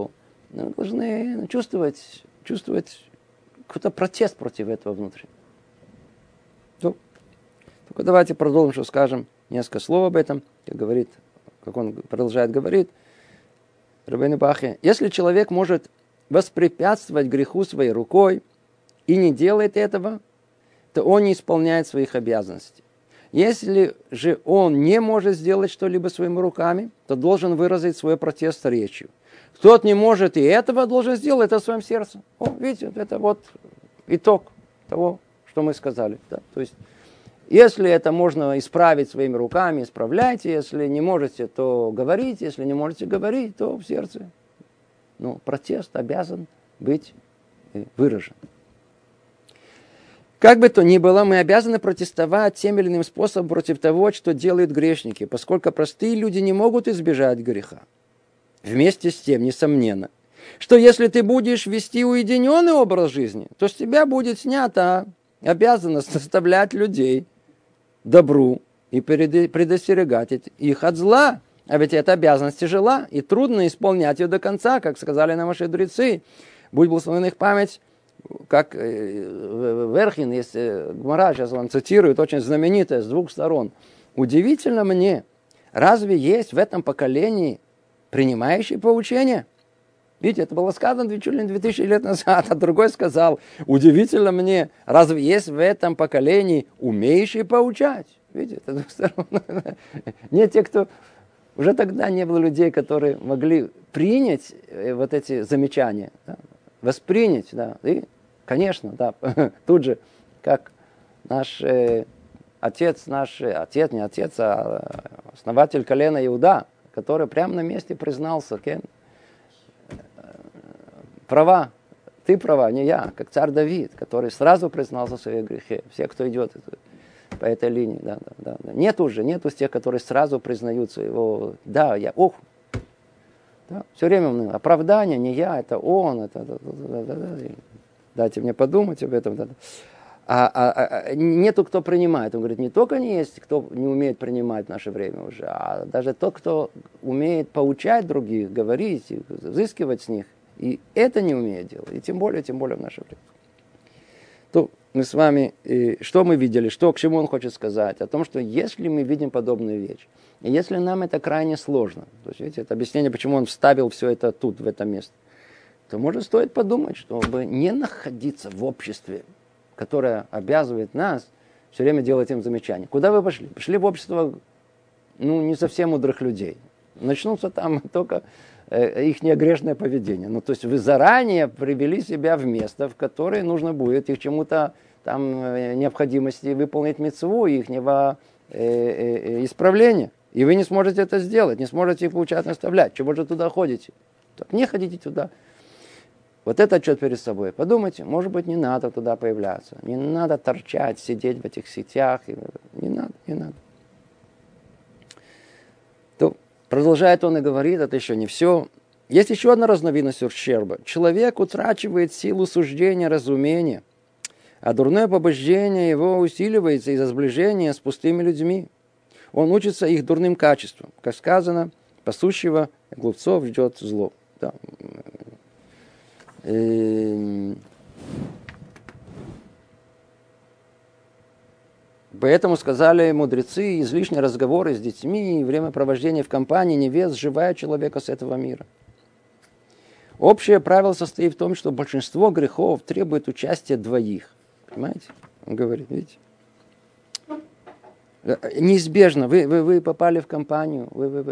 должны чувствовать какой-то протест против этого внутреннего. Только давайте продолжим, что скажем несколько слов об этом, как он продолжает говорить. Рабейну Бахья. Если человек может воспрепятствовать греху своей рукой и не делает этого, то он не исполняет своих обязанностей. Если же он не может сделать что-либо своими руками, то должен выразить свой протест речью. Кто не может и этого, должен сделать это в своем сердце. Видите, это вот итог того, что мы сказали. Да? То есть, если это можно исправить своими руками, исправляйте. Если не можете, то говорите. Если не можете говорить, то в сердце. Протест обязан быть выражен. Как бы то ни было, мы обязаны протестовать тем или иным способом против того, что делают грешники, поскольку простые люди не могут избежать греха. Вместе с тем, несомненно, что если ты будешь вести уединенный образ жизни, то с тебя будет снята обязанность наставлять людей добру и предостерегать их от зла. А ведь эта обязанность тяжела, и трудно исполнять ее до конца, как сказали нам наши мудрецы. Будь благословена их память, как Верхин, есть Гмара, сейчас он цитирует, очень знаменитая, с двух сторон. Удивительно мне, разве есть в этом поколении принимающие поучения? Видите, это было сказано чуть ли не 2000 лет назад, а другой сказал, удивительно мне, разве есть в этом поколении умеющие поучать? Видите, это с двух сторон. Нет тех, кто... Уже тогда не было людей, которые могли принять вот эти замечания, да, воспринять, да, и, конечно, да, тут же, как наш отец, не отец, а основатель колена Иуда, который прямо на месте признался, права, ты права, не я, как царь Давид, который сразу признался в своей грехе. Все, кто идет по этой линии, да. Нету тех, которые сразу признаются его, да, я, да, все время оправдание, не я, это он, дайте мне подумать об этом. Да. Нету, кто принимает. Он говорит, не только не есть, кто не умеет принимать в наше время уже, а даже тот, кто умеет поучать других, говорить, взыскивать с них, и это не умеет делать, и тем более в наше время. То мы с вами, что мы видели, к чему он хочет сказать? О том, что если мы видим подобную вещь, и если нам это крайне сложно, то есть, видите, это объяснение, почему он вставил все это тут, в это место, то, может, стоит подумать, чтобы не находиться в обществе, которое обязывает нас все время делать им замечания. Куда вы пошли? Пошли в общество, не совсем мудрых людей. Начнутся там только их грешное поведение. То есть вы заранее привели себя в место, в которое нужно будет их чему-то там необходимости выполнить мицву, ихнего исправления. И вы не сможете это сделать, не сможете их получать, наставлять. Чего же туда ходите? Так не ходите туда. Вот это отчет перед собой. Подумайте, может быть, не надо туда появляться. Не надо торчать, сидеть в этих сетях. Не надо. Продолжает он и говорит, это еще не все. Есть еще одна разновидность ущерба. Человек утрачивает силу суждения, разумения, а дурное побуждение его усиливается из-за сближения с пустыми людьми. Он учится их дурным качествам. Как сказано, пасущего глупцов ждет зло. Да. Поэтому сказали мудрецы, излишние разговоры с детьми и времяпровождение в компании невест сживают человека с этого мира. Общее правило состоит в том, что большинство грехов требует участия двоих. Понимаете? Он говорит, видите? Неизбежно. Вы попали в компанию.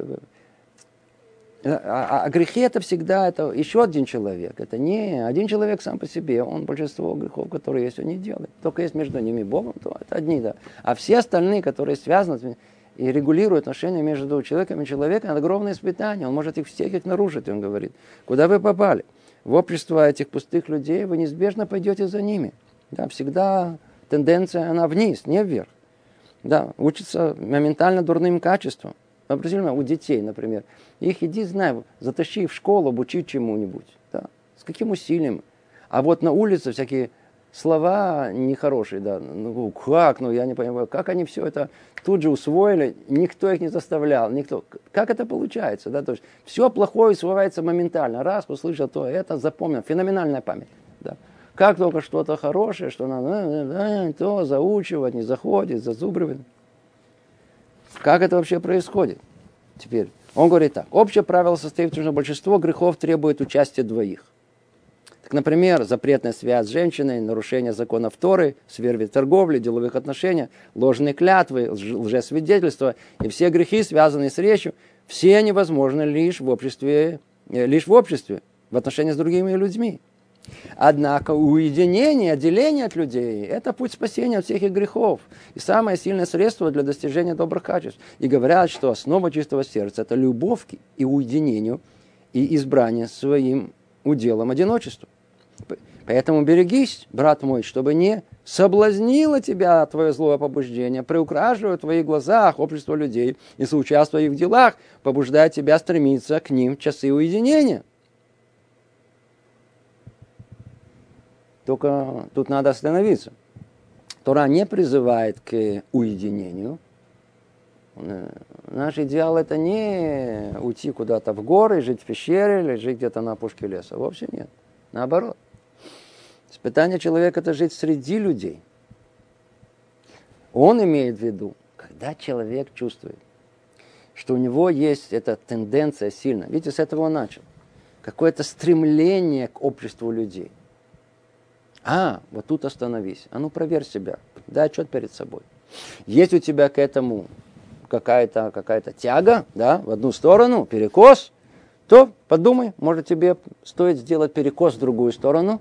А грехи это всегда еще один человек. Это не один человек сам по себе. Он большинство грехов, которые есть, он не делает. Только есть между ними Богом, то это одни, да. А все остальные, которые связаны и регулируют отношения между человеком и человеком, это огромное испытание. Он может их всех нарушить, он говорит. Куда вы попали? В общество этих пустых людей вы неизбежно пойдете за ними. Да, всегда тенденция, она вниз, не вверх. Да, учится моментально дурным качествам. Обратите внимание, у детей, например, их затащи в школу, обучи чему-нибудь. Да? С каким усилием? А вот на улице всякие слова нехорошие, да, я не понимаю, как они все это тут же усвоили, никто их не заставлял, как это получается, да, то есть все плохое усваивается моментально, раз услышал то, это запомнил, феноменальная память, да. Как только что-то хорошее, что надо, то заучивать, не заходит, зазубривает. Как это вообще происходит? Теперь, он говорит так. Общее правило состоит в том, что большинство грехов требует участия двоих. Так, например, запретная связь с женщиной, нарушение законов Торы, в сфере торговли, деловых отношений, ложные клятвы, лжесвидетельства и все грехи, связанные с речью, все они возможны лишь в обществе, в отношении с другими людьми. Однако уединение, отделение от людей – это путь спасения от всех их грехов. И самое сильное средство для достижения добрых качеств. И говорят, что основа чистого сердца – это любовь и уединению, и избрание своим уделом одиночества. Поэтому берегись, брат мой, чтобы не соблазнило тебя твое злое побуждение, приукрашивая в твоих глазах общество людей и соучаствуя в их делах, побуждая тебя стремиться к ним в часы уединения. Только тут надо остановиться. Тора не призывает к уединению. Наш идеал это не уйти куда-то в горы, жить в пещере или жить где-то на опушке леса. Вовсе нет. Наоборот. Испытание человека – это жить среди людей. Он имеет в виду, когда человек чувствует, что у него есть эта тенденция сильная. Видите, с этого он начал. Какое-то стремление к обществу людей. Вот тут остановись. А ну проверь себя. Дай отчет перед собой. Есть у тебя к этому какая-то тяга, да, в одну сторону, перекос, то подумай, может тебе стоит сделать перекос в другую сторону.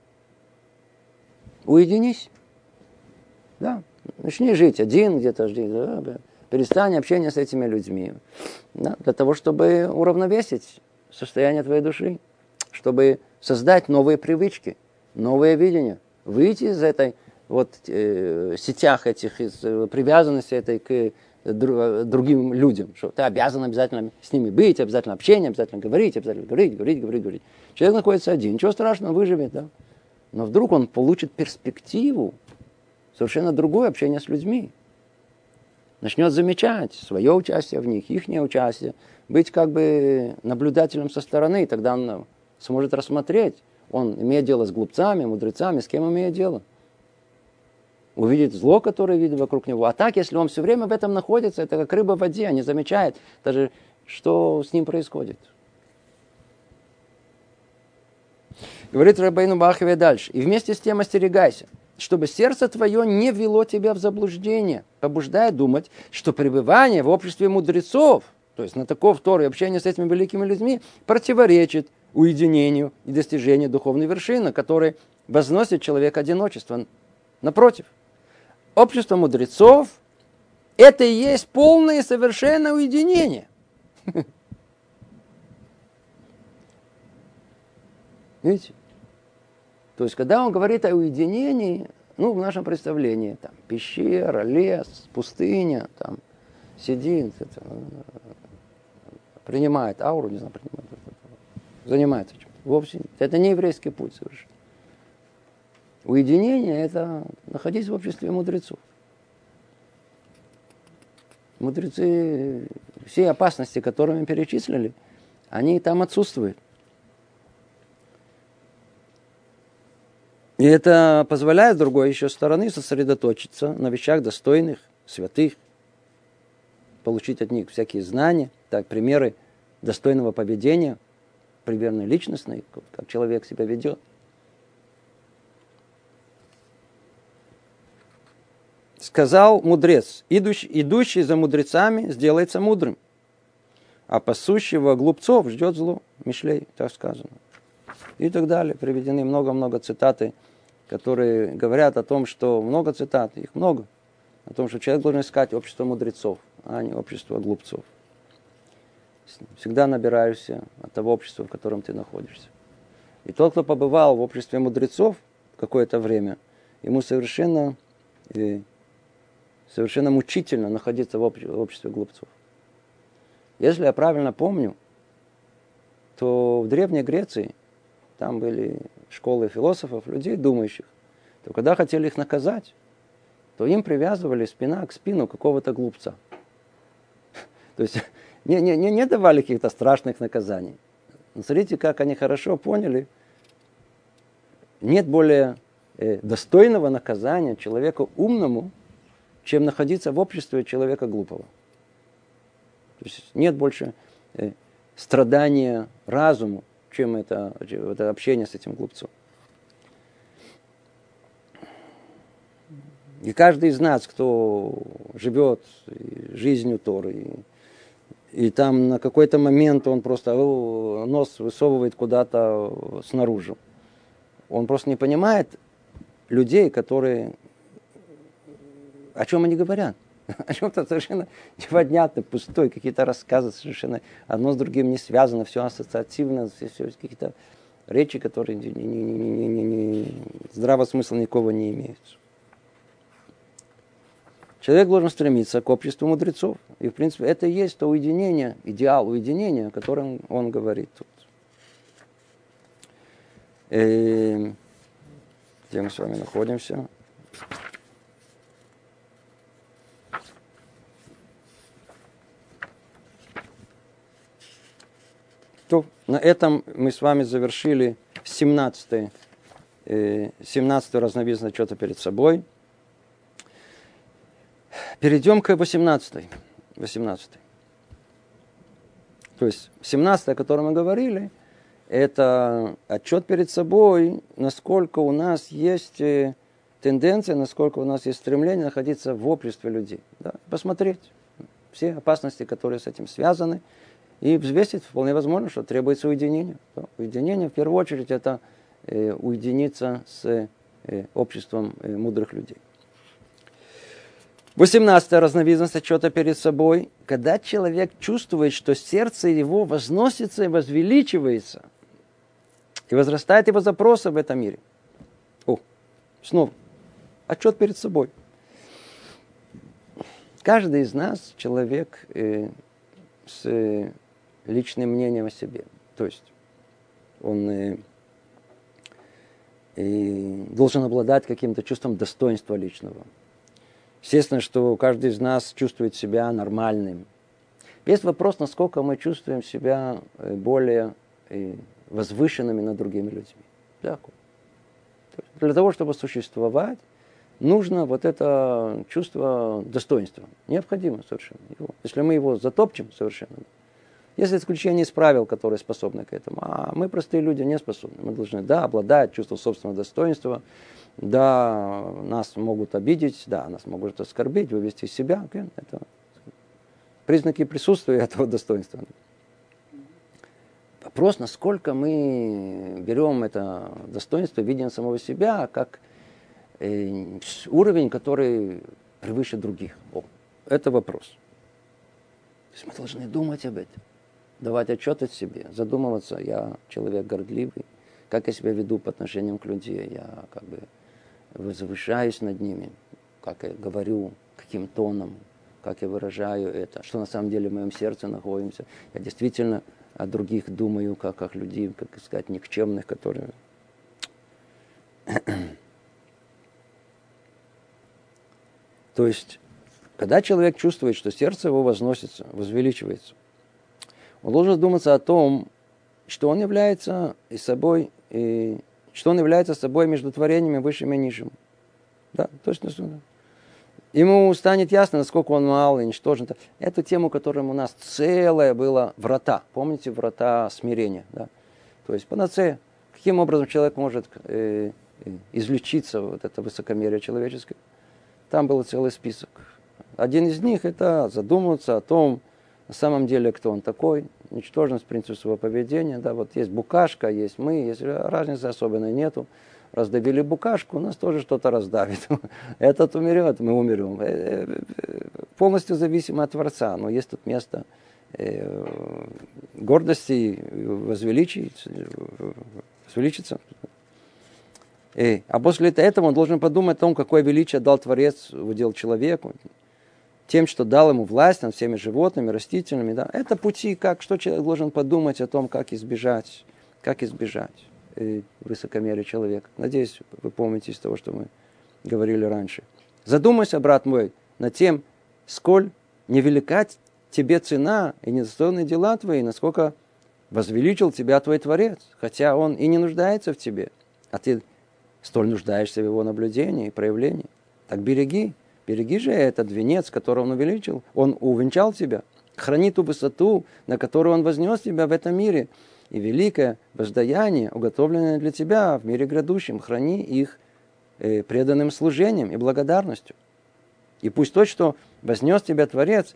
Уединись. Да. Начни жить один где-то, перестань общение с этими людьми. Да, для того, чтобы уравновесить состояние твоей души, чтобы создать новые привычки, новое видение, выйти из этой сетях этих, из привязанности этой к другим людям, что ты обязан обязательно с ними быть, обязательно общение, обязательно говорить. Человек находится один, ничего страшного, выживет, да. Но вдруг он получит перспективу совершенно другое общение с людьми. Начнет замечать свое участие в них, их участие, быть как бы наблюдателем со стороны, и тогда он сможет рассмотреть, он имеет дело с глупцами, мудрецами, с кем имеет дело. Увидит зло, которое видит вокруг него. А так, если он все время в этом находится, это как рыба в воде, не замечает даже, что с ним происходит. Говорит Рабейну Бахове дальше. И вместе с тем остерегайся, чтобы сердце твое не ввело тебя в заблуждение, побуждая думать, что пребывание в обществе мудрецов, то есть на такого Торы и общение с этими великими людьми, противоречит уединению и достижению духовной вершины, которая возносит человека одиночество. Напротив, общество мудрецов – это и есть полное и совершенное уединение. Видите? То есть, когда он говорит о уединении, в нашем представлении, там, пещера, лес, пустыня, там, сидит, принимает ауру, не знаю, занимается чем-то. Вовсе нет. Это не еврейский путь совершенно. Уединение – это находиться в обществе мудрецов. Мудрецы, все опасности, которые мы перечислили, они там отсутствуют. И это позволяет, с другой еще стороны, сосредоточиться на вещах достойных, святых, получить от них всякие знания, так, примеры достойного поведения, примерно личностной, как человек себя ведет. Сказал мудрец, идущий за мудрецами сделается мудрым, а пасущего глупцов ждет зло. Мишлей, так сказано. И так далее. Приведены много-много цитаты, которые говорят о том, что много цитат, их много, о том, что человек должен искать общество мудрецов, а не общество глупцов. Всегда набираешься от того общества, в котором ты находишься. И тот, кто побывал в обществе мудрецов какое-то время, ему совершенно мучительно находиться в обществе глупцов. Если я правильно помню, то в Древней Греции там были школы философов, людей думающих. То когда хотели их наказать, то им привязывали спина к спину какого-то глупца. То есть не давали каких-то страшных наказаний. Но смотрите, как они хорошо поняли. Нет более достойного наказания человеку умному, чем находиться в обществе человека глупого. То есть нет больше страдания разуму, чем это общение с этим глупцом. И каждый из нас, кто живет жизнью Торы, и там на какой-то момент он просто нос высовывает куда-то снаружи. Он просто не понимает людей, которые... О чем они говорят? О чем-то совершенно непонятно, пустой, какие-то рассказы совершенно одно с другим не связано, все ассоциативно, все какие-то речи, которые здравого смысла никакого не имеют. Человек должен стремиться к обществу мудрецов. И, в принципе, это и есть то уединение, идеал уединения, о котором он говорит тут. Где мы с вами находимся? То, на этом мы с вами завершили 17 17-ю разновидность отчета перед собой. Перейдем к 18-й. 18-й. То есть 17-й, о котором мы говорили, это отчет перед собой, насколько у нас есть тенденция, насколько у нас есть стремление находиться в обществе людей. Да? Посмотреть все опасности, которые с этим связаны, и взвесить вполне возможно, что требуется уединение. Да? Уединение, в первую очередь, это уединиться с обществом мудрых людей. 18-я разновидность отчета перед собой, когда человек чувствует, что сердце его возносится и возвеличивается, и возрастает его запросы в этом мире. Снова, отчет перед собой. Каждый из нас человек с личным мнением о себе. То есть он должен обладать каким-то чувством достоинства личного. Естественно, что каждый из нас чувствует себя нормальным. Есть вопрос, насколько мы чувствуем себя более возвышенными над другими людьми. Да? Для того, чтобы существовать, нужно вот это чувство достоинства. Необходимо совершенно. Если мы его затопчем совершенно. Есть исключение из правил, которые способны к этому. А мы, простые люди, не способны. Мы должны, обладать чувством собственного достоинства. Да, нас могут обидеть, да, нас могут оскорбить, вывести из себя. Это признаки присутствия этого достоинства. Вопрос, насколько мы берем это достоинство, видим самого себя, как уровень, который превыше других. Это вопрос. То есть мы должны думать об этом, давать отчет о себе, задумываться, я человек гордливый, как я себя веду по отношению к людям, я возвышаюсь над ними, как я говорю, каким тоном, как я выражаю это, что на самом деле в моем сердце находится. Я действительно о других думаю, как людей, как сказать, никчемных, которые... То есть, когда человек чувствует, что сердце его возносится, возвеличивается, он должен задуматься о том, что он является собой между творениями высшим и низшим. Да, точно. Ему станет ясно, насколько он мал и ничтожен. Эту тему, которым у нас целое было врата. Помните врата смирения? Да? То есть панацея. Каким образом человек может излечиться вот это высокомерие человеческое? Там был целый список. Один из них это задумываться о том, на самом деле, кто он такой, ничтожность принципа своего поведения. Да, вот есть букашка, есть мы, есть разницы особенной нету. Раздавили букашку, нас тоже что-то раздавит. Этот умрет, мы умрем. Полностью зависимо от Творца. Но есть тут место гордости, возвеличиться. А после этого он должен подумать о том, какое величие дал Творец в удел человеку. Тем, что дал ему власть над всеми животными, растительными. Да? Это пути, что человек должен подумать о том, как избежать высокомерия человека. Надеюсь, вы помните из того, что мы говорили раньше. Задумайся, брат мой, над тем, сколь невелика тебе цена и недостойные дела твои, насколько возвеличил тебя твой Творец, хотя он и не нуждается в тебе, а ты столь нуждаешься в его наблюдении и проявлении. Так береги же этот венец, который он увеличил, он увенчал тебя, храни ту высоту, на которую он вознес тебя в этом мире, и великое воздаяние, уготовленное для тебя в мире грядущем, храни их преданным служением и благодарностью. И пусть то, что вознес тебя Творец,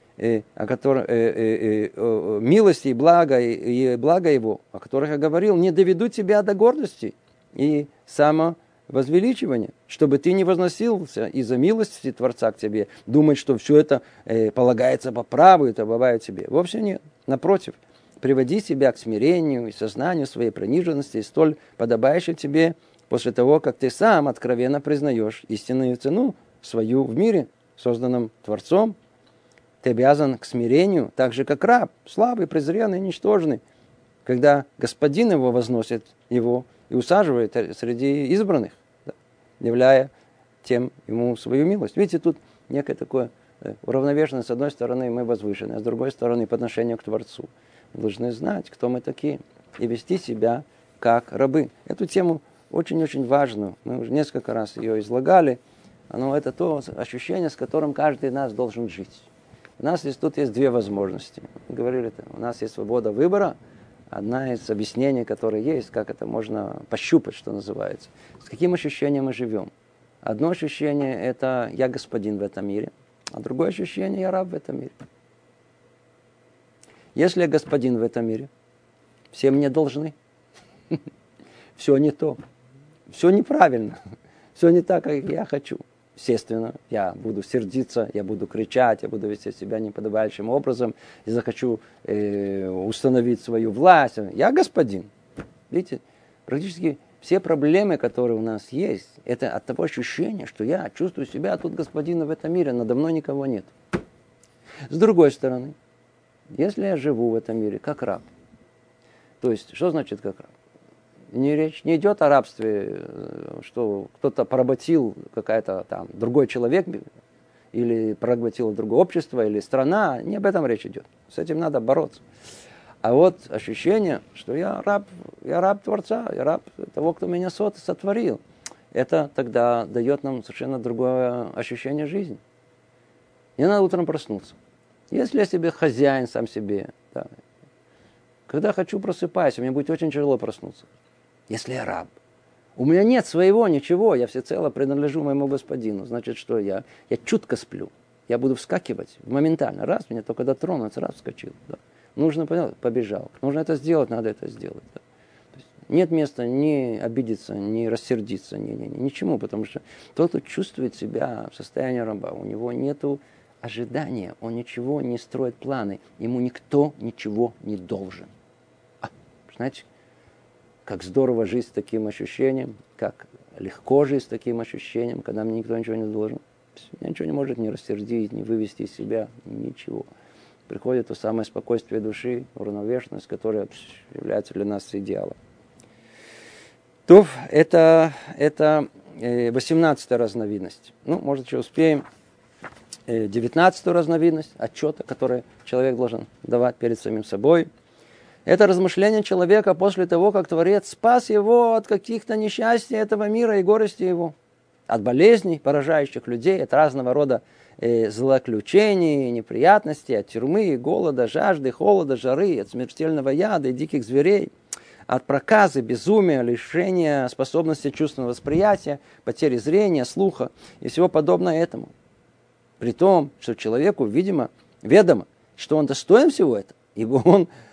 милости и благо его, о которых я говорил, не доведут тебя до гордости и самовозвеличивания, чтобы ты не возносился из-за милости Творца к тебе, думать, что все это полагается по праву, это бывает тебе. Вовсе нет. Напротив, приводи себя к смирению и сознанию своей приниженности, и столь подобающей тебе после того, как ты сам откровенно признаешь истинную цену свою в мире, созданном Творцом. Ты обязан к смирению, так же, как раб, слабый, презренный, ничтожный, когда господин его возносит его и усаживает среди избранных, да, являя тем ему свою милость. Видите, тут некое такое уравновешенное. С одной стороны, мы возвышены, а с другой стороны, по отношению к Творцу. Мы должны знать, кто мы такие, и вести себя как рабы. Эту тему очень-очень важную. Мы уже несколько раз ее излагали. Это то ощущение, с которым каждый из нас должен жить. У нас тут есть две возможности. Мы говорили это. У нас есть свобода выбора. Одна из объяснений, которые есть, как это можно пощупать, что называется. С каким ощущением мы живем? Одно ощущение – это я господин в этом мире, а другое ощущение – я раб в этом мире. Если я господин в этом мире, все мне должны. Все не то. Все неправильно. Все не так, как я хочу. Естественно, я буду сердиться, я буду кричать, я буду вести себя неподобающим образом, я захочу установить свою власть. Я господин. Видите, практически все проблемы, которые у нас есть, это от того ощущения, что я чувствую себя тут господина в этом мире, надо мной никого нет. С другой стороны, если я живу в этом мире как раб, то есть, что значит как раб? Речь не идет о рабстве, что кто-то поработил какая-то там другой человек, или поработило другое общество, или страна. Не об этом речь идет. С этим надо бороться. А вот ощущение, что я раб Творца, я раб того, кто меня сотворил, это тогда дает нам совершенно другое ощущение жизни. Не надо утром проснуться. Если я себе хозяин сам себе, да, когда хочу, просыпаюсь, мне будет очень тяжело проснуться. Если я раб, у меня нет своего ничего, я всецело принадлежу моему господину. Значит, что я чутко сплю. Я буду вскакивать моментально. Раз, меня только дотронуться, раз, вскочил. Да. Нужно, побежал. Нужно это сделать, надо это сделать. Да. То есть нет места ни обидеться, ни рассердиться, ничему. Потому что тот, кто чувствует себя в состоянии раба, у него нету ожидания, он ничего не строит планы. Ему никто ничего не должен. Знаете, как здорово жить с таким ощущением, как легко жить с таким ощущением, когда мне никто ничего не должен. Меня ничего не может ни рассердить, ни вывести из себя, ничего. Приходит то самое спокойствие души, уравновешенность, которая является для нас идеалом. То это 18-я разновидность. Может, еще успеем. 19-ю разновидность отчета, который человек должен давать перед самим собой. Это размышление человека после того, как Творец спас его от каких-то несчастий этого мира и горести его. От болезней, поражающих людей, от разного рода злоключений, неприятностей, от тюрьмы, голода, жажды, холода, жары, от смертельного яда и диких зверей, от проказы, безумия, лишения способности чувственного восприятия, потери зрения, слуха и всего подобного этому. При том, что человеку, видимо, ведомо, что он достоин всего этого, ибо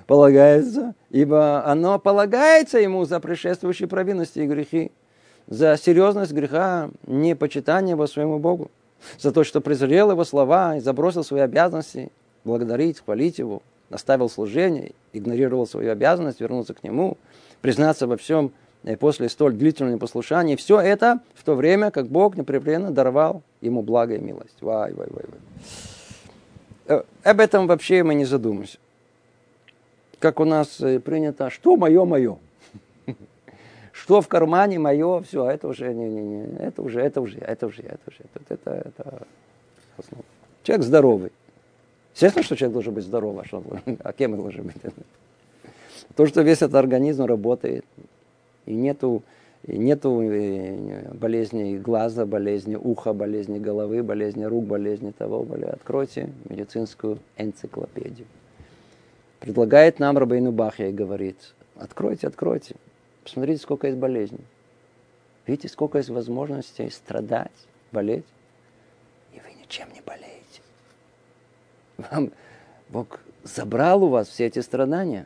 оно полагается ему за предшествующие провинности и грехи, за серьезность греха, непочитания его своему Богу, за то, что презрел его слова и забросил свои обязанности, благодарить, хвалить его, оставил служение, игнорировал свою обязанность, вернулся к нему, признаться во всем после столь длительного непослушания. Все это в то время, как Бог непрерывно даровал ему благо и милость. Об этом вообще мы не задумаемся. Как у нас принято, что мое, мое. Что в кармане мое, все, это уже. Человек здоровый. Естественно, что человек должен быть здоровым, а кем он должен быть? То, что весь этот организм работает, и нету болезней глаза, болезни уха, болезни головы, болезни рук, болезни того. Откройте медицинскую энциклопедию. Предлагает нам Рабейну Бахья и говорит: откройте. Посмотрите, сколько есть болезней. Видите, сколько есть возможностей страдать, болеть. И вы ничем не болеете. Вам Бог забрал у вас все эти страдания.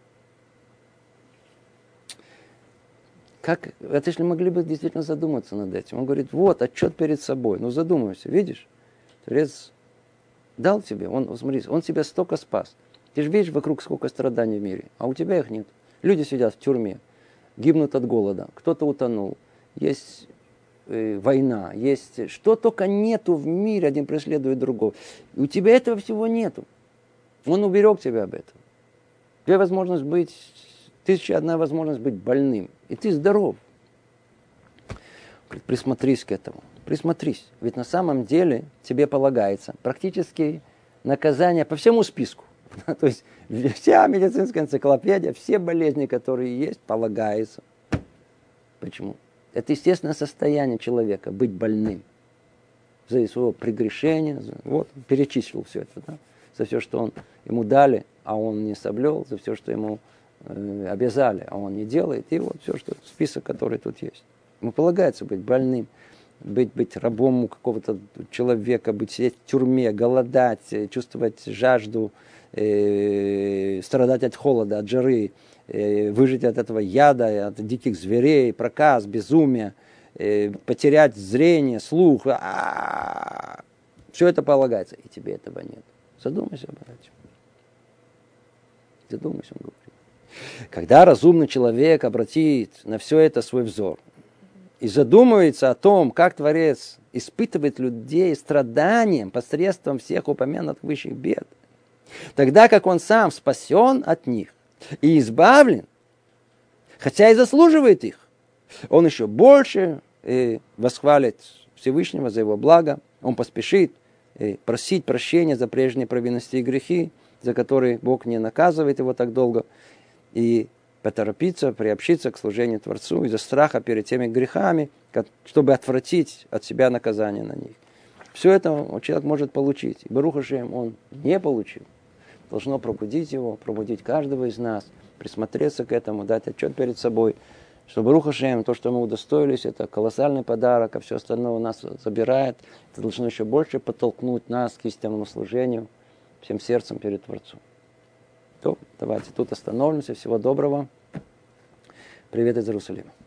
Это если могли бы действительно задуматься над этим. Он говорит: вот, отчет перед собой. Задумайся, видишь? Творец дал тебе, смотри, он тебя столько спас. Ты же видишь вокруг сколько страданий в мире, а у тебя их нет. Люди сидят в тюрьме, гибнут от голода, кто-то утонул, есть война, есть что только нету в мире, один преследует другого. И у тебя этого всего нету. Он уберег тебя об этом. У тебя возможность быть, 1001 возможность быть больным, и ты здоров. Присмотрись к этому, присмотрись. Ведь на самом деле тебе полагается практически наказание по всему списку. То есть вся медицинская энциклопедия, все болезни, которые есть, полагается. Почему? Это естественное состояние человека, быть больным. За своего прегрешения, вот, перечислил все это, да? За все, что ему дали, а он не соблюл, за все, что ему обязали, а он не делает, и вот все, что список, который тут есть. Ему полагается быть больным, быть рабом у какого-то человека, сидеть в тюрьме, голодать, чувствовать жажду, страдать от холода, от жары, выжить от этого яда, от диких зверей, проказ, безумия, потерять зрение, слух. Все это полагается, и тебе этого нет. Задумайся об этом. Задумайся, он говорит. Когда разумный человек обратит на все это свой взор и задумывается о том, как Творец испытывает людей страданием посредством всех упомянутых высших бед, тогда как он сам спасен от них и избавлен, хотя и заслуживает их, он еще больше восхвалит Всевышнего за его благо, он поспешит просить прощения за прежние провинности и грехи, за которые Бог не наказывает его так долго, и поторопиться, приобщиться к служению Творцу из-за страха перед теми грехами, чтобы отвратить от себя наказание на них. Все это человек может получить. И Барух Ашем он не получил. Должно пробудить его, пробудить каждого из нас, присмотреться к этому, дать отчет перед собой, что Барух Ашем, то, что мы удостоились, это колоссальный подарок, а все остальное у нас забирает. Это должно еще больше подтолкнуть нас к истинному служению всем сердцем перед Творцом. То, давайте тут остановимся. Всего доброго. Привет из Иерусалима.